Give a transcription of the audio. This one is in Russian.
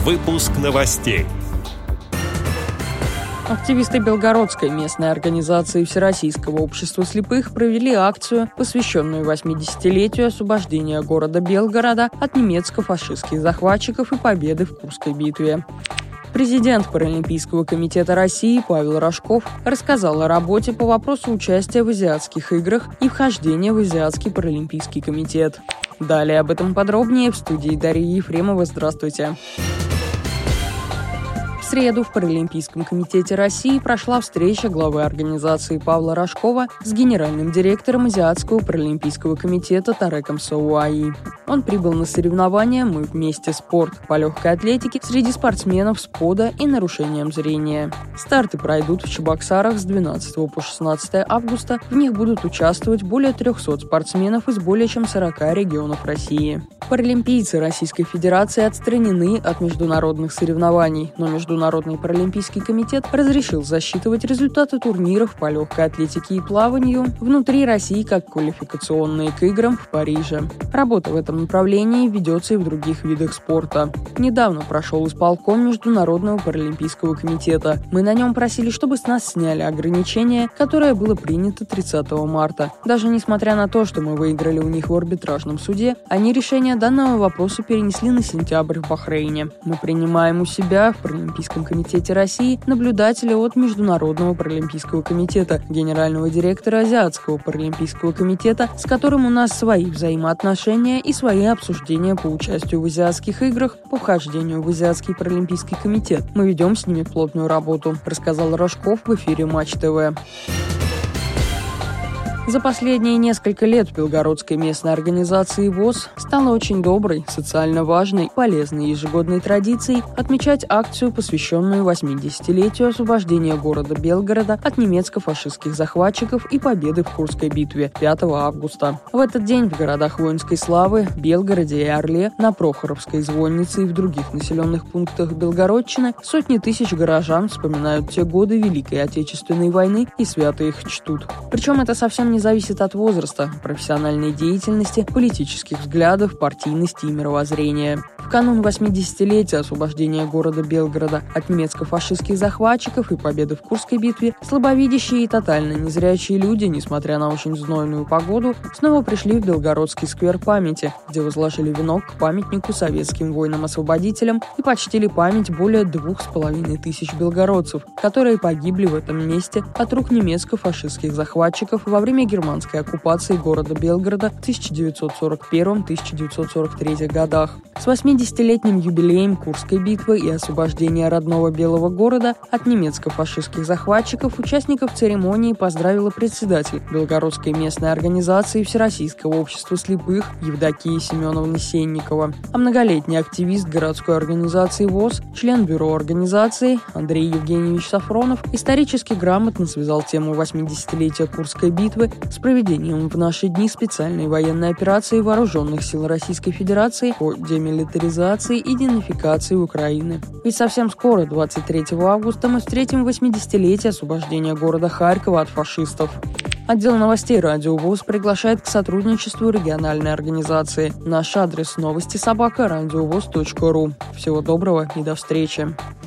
Выпуск новостей. Активисты Белгородской местной организации Всероссийского общества слепых провели акцию, посвященную 80-летию освобождения города Белгорода от немецко-фашистских захватчиков и победы в Курской битве. Президент Паралимпийского комитета России Павел Рожков рассказал о работе по вопросу участия в Азиатских играх и вхождения в Азиатский паралимпийский комитет. Далее об этом подробнее в студии Дарьи Ефремова. Здравствуйте. В среду в Паралимпийском комитете России прошла встреча главы организации Павла Рожкова с генеральным директором Азиатского паралимпийского комитета Тареком Сауаи. Он прибыл на соревнования «Мы вместе. Спорт» по легкой атлетике среди спортсменов с ПОДа и нарушением зрения. Старты пройдут в Чебоксарах с 12 по 16 августа. В них будут участвовать более 300 спортсменов из более чем 40 регионов России. Паралимпийцы Российской Федерации отстранены от международных соревнований, но Международный паралимпийский комитет разрешил засчитывать результаты турниров по легкой атлетике и плаванию внутри России как квалификационные к играм в Париже. Работа в этом направлении ведется и в других видах спорта. Недавно прошел исполком Международного паралимпийского комитета. Мы на нем просили, чтобы с нас сняли ограничение, которое было принято 30 марта. Даже несмотря на то, что мы выиграли у них в арбитражном суде, они решение данного вопроса перенесли на сентябрь в Бахрейне. Мы принимаем у себя в Паралимпийском комитете России наблюдателя от Международного паралимпийского комитета, генерального директора Азиатского паралимпийского комитета, с которым у нас свои взаимоотношения и свои обсуждения по участию в Азиатских играх, по вхождению в Азиатский паралимпийский комитет. Мы ведем с ними плотную работу, рассказал Рожков в эфире Матч ТВ. За последние несколько лет в Белгородской местной организации ВОС стало очень доброй, социально важной, полезной ежегодной традицией отмечать акцию, посвященную 80-летию освобождения города Белгорода от немецко-фашистских захватчиков и победы в Курской битве 5 августа. В этот день в городах воинской славы, Белгороде и Орле, на Прохоровской звоннице и в других населенных пунктах Белгородчины сотни тысяч горожан вспоминают те годы Великой Отечественной войны и свято их чтут. Причем это совсем не зависит от возраста, профессиональной деятельности, политических взглядов, партийности и мировоззрения. В канун 80-летия освобождения города Белгорода от немецко-фашистских захватчиков и победы в Курской битве слабовидящие и тотально незрячие люди, несмотря на очень знойную погоду, снова пришли в Белгородский сквер памяти, где возложили венок к памятнику советским воинам-освободителям и почтили память более 2500 белгородцев, которые погибли в этом месте от рук немецко-фашистских захватчиков во время германской оккупации города Белгорода в 1941-1943 годах. С 80-летним юбилеем Курской битвы и освобождения родного Белого города от немецко-фашистских захватчиков участников церемонии поздравила председатель Белгородской местной организации Всероссийского общества слепых Евдокия Семеновна Сенникова. А многолетний активист городской организации ВОС, член бюро организации Андрей Евгеньевич Сафронов исторически грамотно связал тему 80-летия Курской битвы с проведением в наши дни специальной военной операции Вооруженных сил Российской Федерации по демилитаризации и денацификации Украины. Ведь совсем скоро, 23 августа, мы встретим 80-летие освобождения города Харькова от фашистов. Отдел новостей Радио ВОС приглашает к сотрудничеству региональной организации. Наш адрес новости@радиовос.ру. Всего доброго и до встречи.